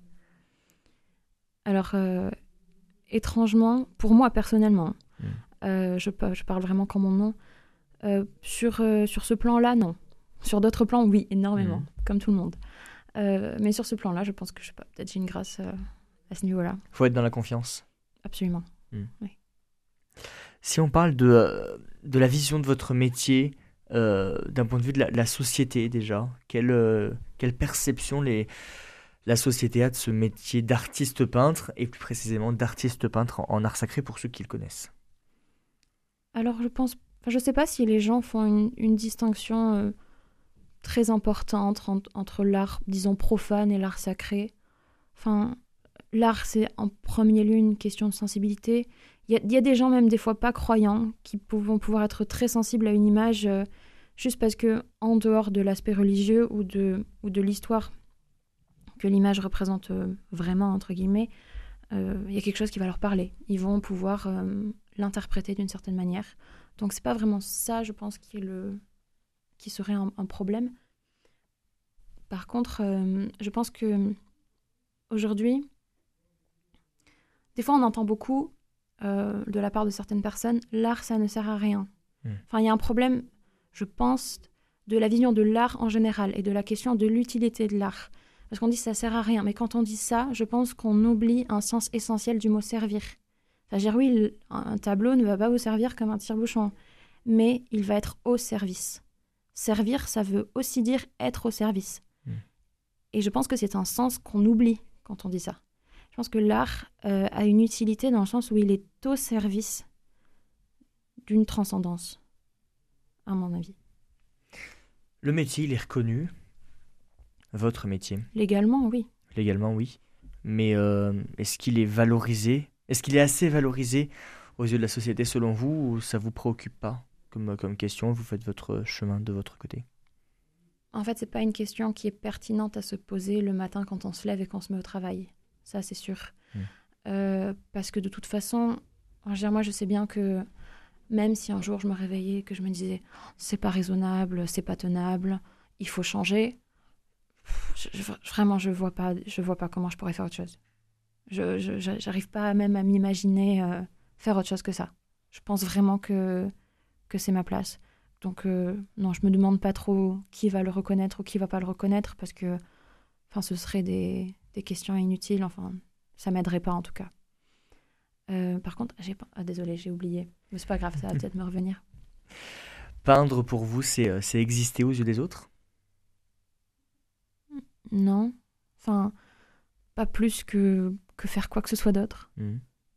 Alors, euh, étrangement, pour moi personnellement, Mm. euh, je, pa- je parle vraiment comme mon nom, euh, sur, euh, sur ce plan-là, non. Sur d'autres plans, oui, énormément, Mhm. comme tout le monde. Euh, mais sur ce plan-là, je pense que je sais pas, peut-être j'ai une grâce euh, à ce niveau-là. Faut être dans la confiance. Absolument. Si on parle de, euh, de la vision de votre métier, euh, d'un point de vue de la, la société déjà, quelle, euh, quelle perception les, la société a de ce métier d'artiste peintre, et plus précisément d'artiste peintre en, en art sacré pour ceux qui le connaissent? Alors, je pense, enfin, je sais pas si les gens font une, une distinction euh, très importante entre, entre l'art, disons, profane et l'art sacré. Enfin, l'art, c'est en premier lieu une question de sensibilité. Il y a, il y a des gens, même des fois pas croyants, qui pou- vont pouvoir être très sensibles à une image euh, juste parce que, en dehors de l'aspect religieux ou de, ou de l'histoire que l'image représente euh, vraiment, entre guillemets, euh, il y a quelque chose qui va leur parler. Ils vont pouvoir euh, l'interpréter d'une certaine manière. Donc, c'est pas vraiment ça, je pense, qui, est le... qui serait un, un problème. Par contre, euh, je pense que aujourd'hui, des fois, on entend beaucoup euh, de la part de certaines personnes, l'art, ça ne sert à rien. Mm. Enfin, il y a un problème, je pense, de la vision de l'art en général et de la question de l'utilité de l'art. Parce qu'on dit ça sert à rien, mais quand on dit ça, je pense qu'on oublie un sens essentiel du mot servir. C'est-à-dire, oui, le- un tableau ne va pas vous servir comme un tire-bouchon, mais il va être au service. Servir, ça veut aussi dire être au service. Mm. Et je pense que c'est un sens qu'on oublie quand on dit ça. Je pense que l'art euh, a une utilité dans le sens où il est au service d'une transcendance, à mon avis. Le métier, il est reconnu. Votre métier, Légalement, oui. légalement, oui. mais euh, est-ce qu'il est valorisé? Est-ce qu'il est assez valorisé aux yeux de la société selon vous, ou ça vous préoccupe pas comme, comme question? Vous faites votre chemin de votre côté. En fait, c'est pas une question qui est pertinente à se poser le matin quand on se lève et qu'on se met au travail. Ça, c'est sûr. Mmh. Euh, parce que de toute façon, je veux dire, moi, je sais bien que même si un jour je me réveillais, que je me disais « c'est pas raisonnable, c'est pas tenable, il faut changer », je, je, vraiment, je vois pas, je vois pas comment je pourrais faire autre chose. Je, je, j'arrive pas même à m'imaginer euh, faire autre chose que ça. Je pense vraiment que, que c'est ma place. Donc, euh, non, je me demande pas trop qui va le reconnaître ou qui va pas le reconnaître, parce que enfin, ce serait des, des questions inutiles. Enfin, ça m'aiderait pas, en tout cas. Euh, par contre, j'ai pas... Ah, désolée, j'ai oublié. Mais c'est pas grave, ça va peut-être me revenir. Peindre, pour vous, c'est, c'est exister aux yeux des autres? Non. Enfin, pas plus que, que faire quoi que ce soit d'autre. Mmh.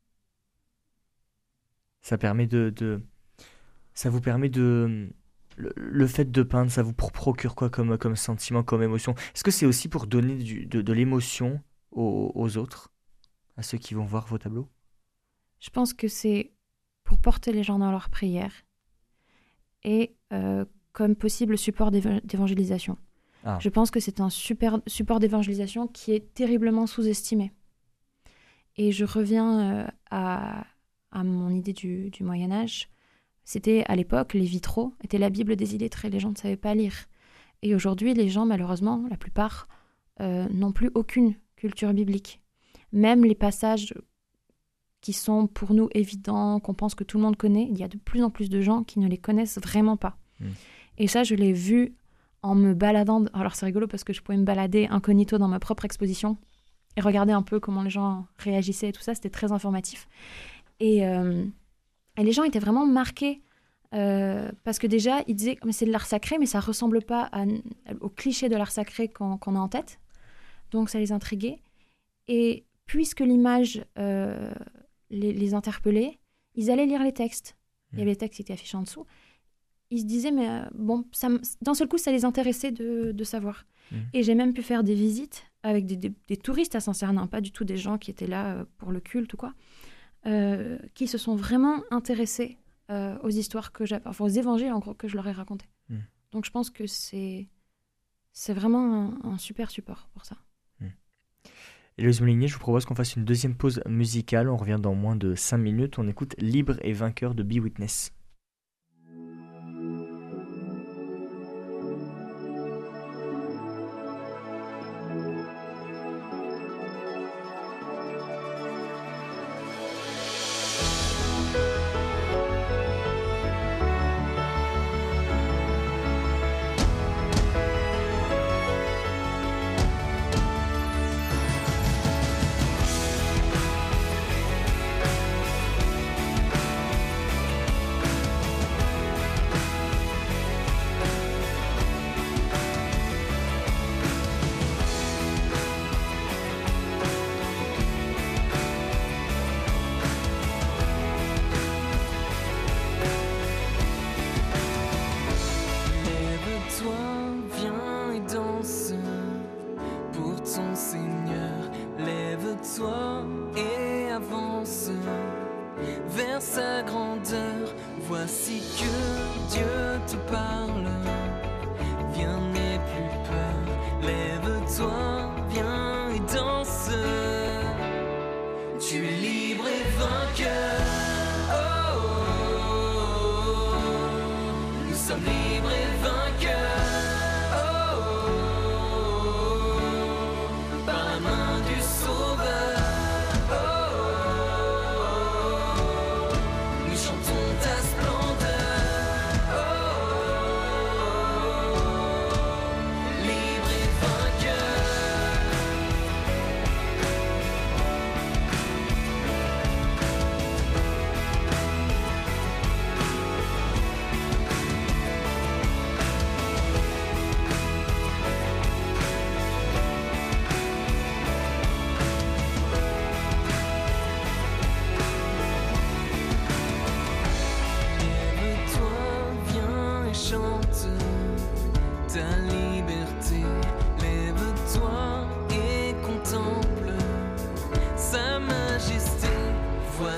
Ça permet de... de... Ça vous permet de... Le, le fait de peindre, ça vous procure quoi comme, comme sentiment, comme émotion? Est-ce que c'est aussi pour donner du, de, de l'émotion aux, aux autres, à ceux qui vont voir vos tableaux? Je pense que c'est pour porter les gens dans leurs prières et euh, comme possible support d'év- d'évangélisation. Ah. Je pense que c'est un super support d'évangélisation qui est terriblement sous-estimé. Et je reviens euh, à, à mon idée du, du Moyen-Âge. C'était, à l'époque, les vitraux étaient la Bible des illettrés. Les gens ne savaient pas lire. Et aujourd'hui, les gens, malheureusement, la plupart, euh, n'ont plus aucune culture biblique. Même les passages qui sont pour nous évidents, qu'on pense que tout le monde connaît, il y a de plus en plus de gens qui ne les connaissent vraiment pas. Mmh. Et ça, je l'ai vu en me baladant. Alors, c'est rigolo parce que je pouvais me balader incognito dans ma propre exposition et regarder un peu comment les gens réagissaient et tout ça. C'était très informatif. Et... Euh, Et les gens étaient vraiment marqués euh, parce que déjà, ils disaient que c'est de l'art sacré, mais ça ne ressemble pas à, au cliché de l'art sacré qu'on, qu'on a en tête. Donc, ça les intriguait. Et puisque l'image euh, les, les interpellait, ils allaient lire les textes. Mmh. Il y avait les textes qui étaient affichés en dessous. Ils se disaient, mais euh, bon, ça, d'un seul coup, ça les intéressait de, de savoir. Mmh. Et j'ai même pu faire des visites avec des, des, des touristes à Saint-Cernin, pas du tout des gens qui étaient là pour le culte ou quoi. Euh, qui se sont vraiment intéressés euh, aux histoires que j'avais, enfin aux évangiles en gros que je leur ai racontés. Mmh. Donc je pense que c'est c'est vraiment un, un super support pour ça. Mmh. Héloïse Molinier, je vous propose qu'on fasse une deuxième pause musicale. On revient dans moins de cinq minutes. On écoute Libre et vainqueur de Be Witness.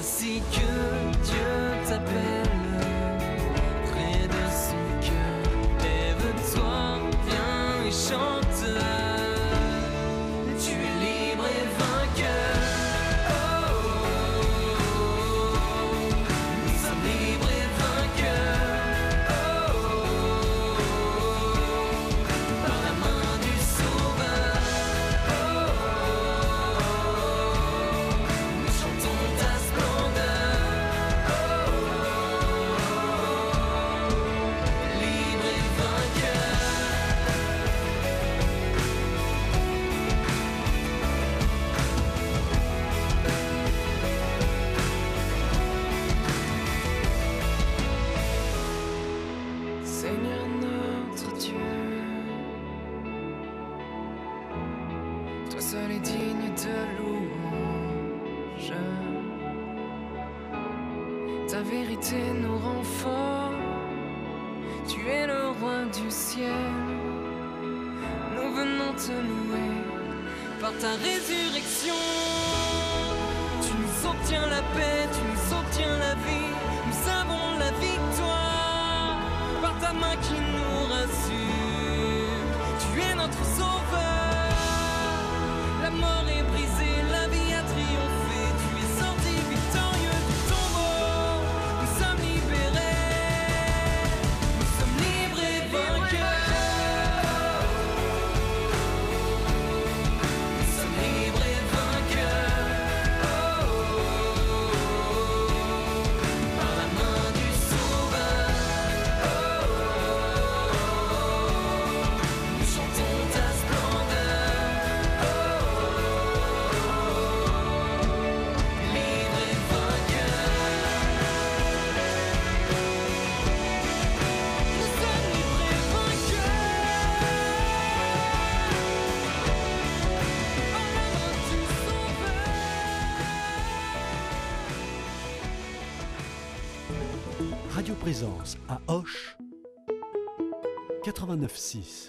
Voici que Dieu t'appelle près de son cœur. Lève-toi, viens et chante. Tu es libre et vainqueur. Oh, oh, oh. Nous sommes libres et vainqueurs. Oh, oh, oh. Par la main du Sauveur. Oh, oh, oh. Nous chantons ta splendeur. Oh, oh, oh. Libre et vainqueur. Seigneur notre Dieu, toi seul est digne de louange. Ta vérité nous rend forts, tu es le roi du ciel. Nous venons te louer par ta résurrection. Tu nous obtiens la paix, tu nous obtiens la vie, nous avons la victoire par ta main qui nous rassure. Tu es notre sauveur, la mort est brisée, la vie a triomphé. Tu es sorti victorieux du tombeau, nous sommes libérés, nous sommes libres et vainqueurs. Nous sommes libres et vainqueurs. Oh, oh, oh. Par la main du Sauveur. Oh, oh, oh. Nous chantons ta splendeur. Oh, oh, oh. Libres et vainqueurs. Nous sommes libres et vainqueurs. Par la main du Sauveur. Radio Présence à Auch quatre-vingt-neuf six.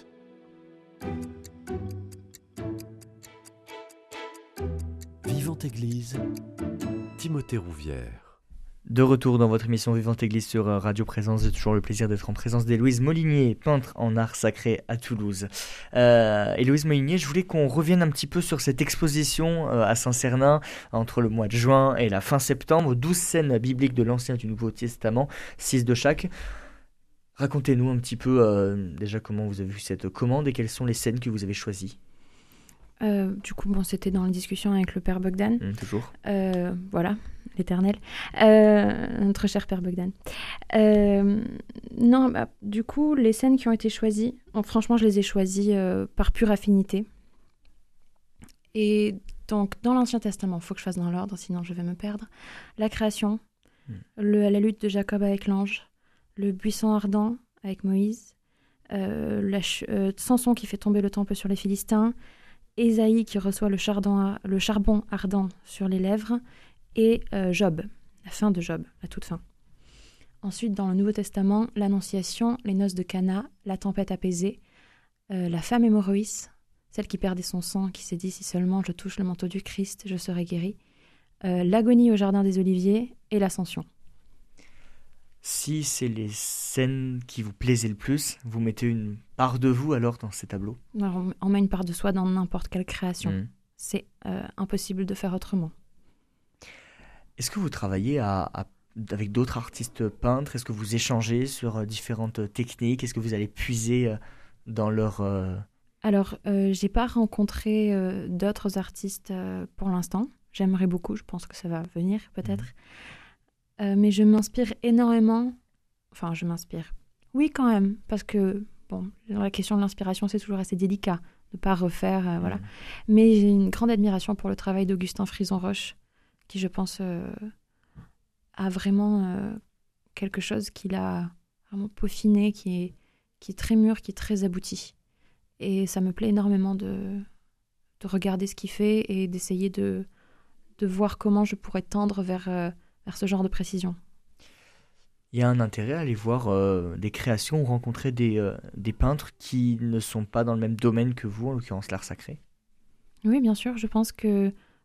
Vivante Église, Timothée Rouvière. De retour dans votre émission Vivante Église sur euh, Radio Présence, j'ai toujours le plaisir d'être en présence d'Héloïse Molinier, peintre en art sacré à Toulouse. Euh, Héloïse Molinier, je voulais qu'on revienne un petit peu sur cette exposition euh, à Saint-Cernin entre le mois de juin et la fin septembre, douze scènes bibliques de l'Ancien et du Nouveau Testament, six de chaque. Racontez-nous un petit peu euh, déjà comment vous avez vu cette commande et quelles sont les scènes que vous avez choisies. Euh, du coup, bon, c'était dans la discussion avec le père Bogdan. Hum, toujours. Euh, voilà, l'éternel. Euh, notre cher père Bogdan. Euh, non, bah, du coup, les scènes qui ont été choisies, bon, franchement, je les ai choisies euh, par pure affinité. Et donc, dans l'Ancien Testament, il faut que je fasse dans l'ordre, sinon je vais me perdre. La création, Mm. le, la lutte de Jacob avec l'ange, le buisson ardent avec Moïse, euh, la ch- euh, Samson qui fait tomber le temple sur les Philistins, Ésaïe qui reçoit le chardon, le charbon ardent sur les lèvres, et euh, Job, la fin de Job, la toute fin. Ensuite, dans le Nouveau Testament, l'Annonciation, les noces de Cana, la tempête apaisée, euh, la femme hémorroïs, celle qui perdait son sang, qui s'est dit « si seulement je touche le manteau du Christ, je serai guérie euh, », l'agonie au jardin des Oliviers et l'Ascension. Si c'est les scènes qui vous plaisaient le plus, vous mettez une part de vous alors dans ces tableaux. Alors, on- on met une part de soi dans n'importe quelle création. Hum. C'est euh, impossible de faire autrement. Est-ce que vous travaillez à, à- avec d'autres artistes peintres? Est-ce que vous échangez sur euh, différentes techniques? Est-ce que vous allez puiser euh, dans leur... euh, Alors, euh, j'ai pas rencontré euh, d'autres artistes euh, pour l'instant. J'aimerais beaucoup, je pense que ça va venir peut-être. Euh, mais je m'inspire énormément. Enfin, je m'inspire. Oui, quand même, parce que bon, la question de l'inspiration, c'est toujours assez délicat de pas refaire, euh, voilà. Mhm. Mais j'ai une grande admiration pour le travail d'Augustin Frison-Roche, qui, je pense, euh, a vraiment euh, quelque chose qu'il a vraiment peaufiné, qui est, qui est très mûr, qui est très abouti. Et ça me plaît énormément de, de regarder ce qu'il fait et d'essayer de, de voir comment je pourrais tendre vers, euh, vers ce genre de précision. Il y a un intérêt à aller voir euh, des créations ou rencontrer des, euh, des peintres qui ne sont pas dans le même domaine que vous, en l'occurrence l'art sacré. Oui, bien sûr, je pense que...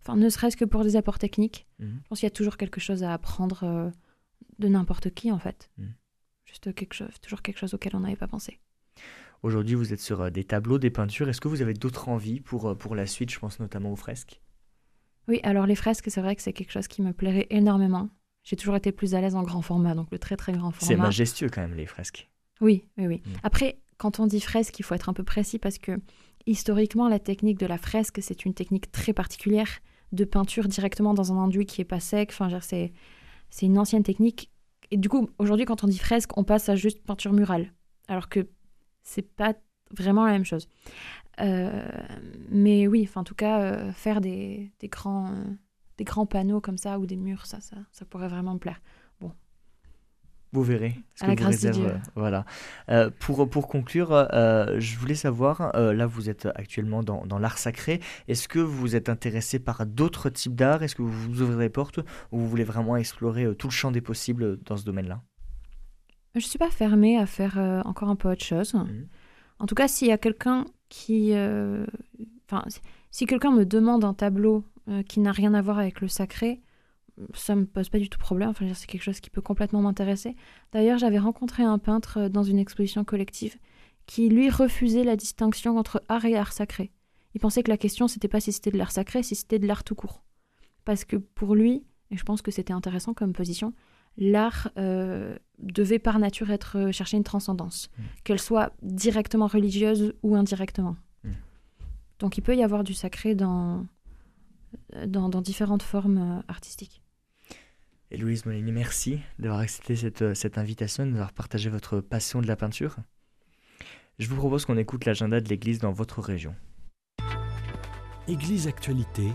enfin, ne serait-ce que pour des apports techniques. Mmh. Je pense qu'il y a toujours quelque chose à apprendre euh, de n'importe qui, en fait. Mmh. Juste quelque chose, toujours quelque chose auquel on n'avait pas pensé. Aujourd'hui, vous êtes sur euh, des tableaux, des peintures. Est-ce que vous avez d'autres envies pour, euh, pour la suite? Je pense notamment aux fresques. Oui, alors les fresques, c'est vrai que c'est quelque chose qui me plairait énormément. J'ai toujours été plus à l'aise en grand format, donc le très très grand format. C'est majestueux quand même, les fresques. Oui, oui, oui. Mmh. Après, quand on dit fresque, il faut être un peu précis parce que historiquement, la technique de la fresque, c'est une technique très particulière de peinture directement dans un enduit qui n'est pas sec. Enfin, je veux dire, c'est, c'est une ancienne technique. Et du coup, aujourd'hui, quand on dit fresque, on passe à juste peinture murale. Alors que c'est pas vraiment la même chose. Euh, mais oui, en tout cas, euh, faire des, des, grands, euh, des grands panneaux comme ça ou des murs, ça, ça, ça pourrait vraiment me plaire. Vous verrez ce à que la vous grâce réserve. de Dieu. euh, voilà. Euh, pour, pour conclure, euh, je voulais savoir, euh, là vous êtes actuellement dans, dans l'art sacré, est-ce que vous êtes intéressé par d'autres types d'art? Est-ce que vous vous ouvrez les portes ou vous voulez vraiment explorer euh, tout le champ des possibles dans ce domaine-là? Je ne suis pas fermée à faire euh, encore un peu autre chose. Mmh. En tout cas, s'il y a quelqu'un qui... euh, Enfin, si- si quelqu'un me demande un tableau euh, qui n'a rien à voir avec le sacré, ça me pose pas du tout problème. Enfin, je veux dire, c'est quelque chose qui peut complètement m'intéresser. D'ailleurs, j'avais rencontré un peintre euh, dans une exposition collective qui, lui, refusait la distinction entre art et art sacré. Il pensait que la question, c'était pas si c'était de l'art sacré, si c'était de l'art tout court. Parce que pour lui, et je pense que c'était intéressant comme position, l'art euh, devait par nature être euh, chercher une transcendance, Mmh. qu'elle soit directement religieuse ou indirectement. Mmh. Donc il peut y avoir du sacré dans, dans, dans différentes formes euh, artistiques. Et Louise Molini, merci d'avoir accepté cette, cette invitation et d'avoir partagé votre passion de la peinture. Je vous propose qu'on écoute l'agenda de l'église dans votre région. Église Actualité,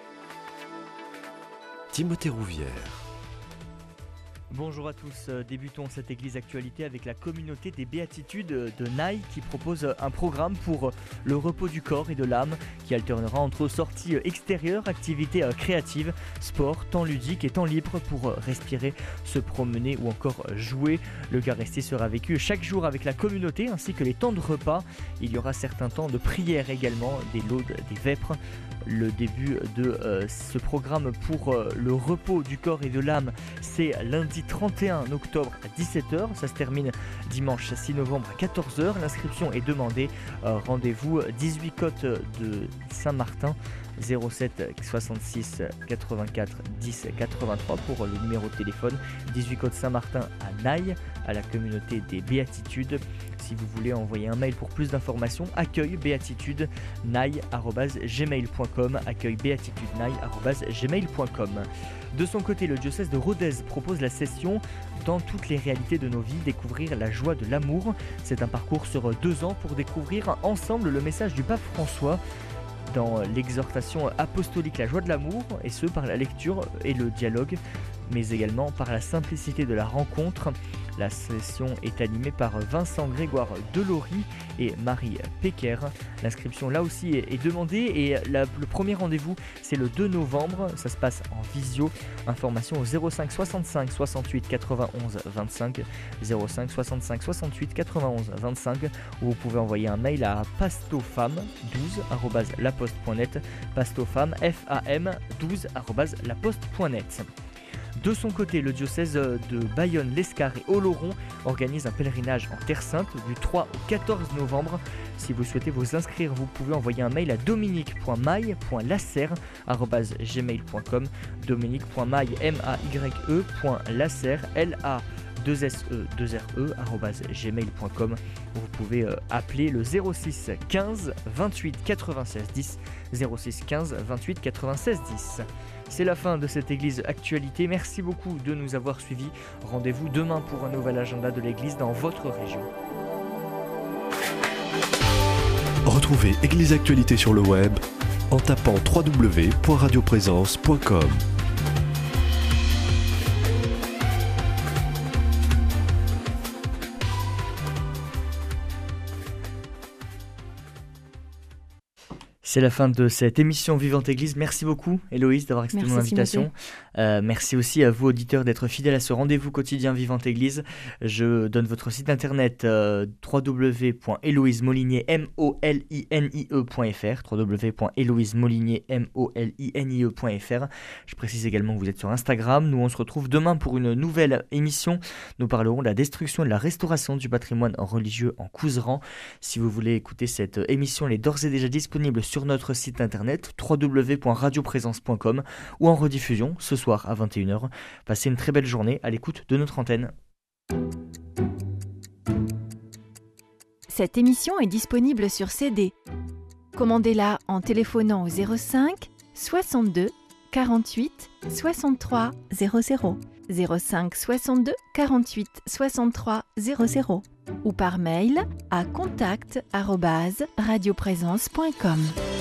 Timothée Rouvière. Bonjour à tous, Euh, débutons cette église actualité avec la communauté des béatitudes de Naï qui propose un programme pour le repos du corps et de l'âme qui alternera entre sorties extérieures, activités créatives, sport, temps ludique et temps libre pour respirer, se promener ou encore jouer. L'Eucharistie sera vécue chaque jour avec la communauté ainsi que les temps de repas. Il y aura certains temps de prière également, des laudes, des vêpres. Le début de euh, ce programme pour euh, le repos du corps et de l'âme, c'est lundi trente et un octobre à dix-sept heures. Ça se termine dimanche six novembre à quatorze heures. L'inscription est demandée. Euh, rendez-vous dix-huit côtes de Saint-Martin, zéro sept soixante-six quatre-vingt-quatre dix quatre-vingt-trois pour le numéro de téléphone. dix-huit côtes Saint-Martin à Naï, à la communauté des béatitudes. Si vous voulez envoyer un mail pour plus d'informations, accueil béatitude naï arobase gmail point com, accueil béatitude naï arobase gmail point com. De son côté, le diocèse de Rodez propose la session Dans toutes les réalités de nos vies, découvrir la joie de l'amour. C'est un parcours sur deux ans pour découvrir ensemble le message du pape François dans l'exhortation apostolique La joie de l'amour, et ce par la lecture et le dialogue, mais également par la simplicité de la rencontre. La session est animée par Vincent Grégoire Delory et Marie Péquer. L'inscription là aussi est, est demandée et la, le premier rendez-vous c'est le deux novembre, ça se passe en visio. Information au zéro cinq soixante-cinq soixante-huit quatre-vingt-onze vingt-cinq, zéro cinq soixante-cinq soixante-huit quatre-vingt-onze vingt-cinq, ou vous pouvez envoyer un mail à pastofam douze arobase laposte point net, pastofam F A M douze arobase laposte point net. De son côté, le diocèse de Bayonne, l'Escar et Oloron organise un pèlerinage en Terre Sainte du trois au quatorze novembre. Si vous souhaitez vous inscrire, vous pouvez envoyer un mail à dominique point maille point lasser arobase gmail point com, dominique point maille m a y e point lasser l a deux s e deux r e arobase gmail point com. Vous pouvez euh, appeler le zéro six quinze vingt-huit quatre-vingt-seize dix, zéro six quinze vingt-huit quatre-vingt-seize dix. C'est la fin de cette église actualité. Merci beaucoup de nous avoir suivis. Rendez-vous demain pour un nouvel agenda de l'église dans votre région. Retrouvez Église Actualité sur le web en tapant w w w point radio présence point com. C'est la fin de cette émission Vivante Église. Merci beaucoup Héloïse d'avoir accepté Merci, mon invitation. Euh, merci aussi à vous auditeurs d'être fidèles à ce rendez-vous quotidien Vivante Église. Je donne votre site internet euh, w w w point héloïse molinier point f r w w w point héloïse molinier point f r. Je précise également que vous êtes sur Instagram. Nous on se retrouve demain pour une nouvelle émission. Nous parlerons de la destruction et de la restauration du patrimoine religieux en Couserans. Si vous voulez écouter cette émission, elle est d'ores et déjà disponible sur notre site internet w w w point radio présence point com ou en rediffusion ce soir à vingt et une heures. Passez une très belle journée à l'écoute de notre antenne. Cette émission est disponible sur C D. Commandez-la en téléphonant au zéro cinq soixante-deux quarante-huit soixante-trois zéro zéro zéro cinq soixante-deux quarante-huit soixante-trois zéro zéro ou par mail à contact arobase radioprésence point com.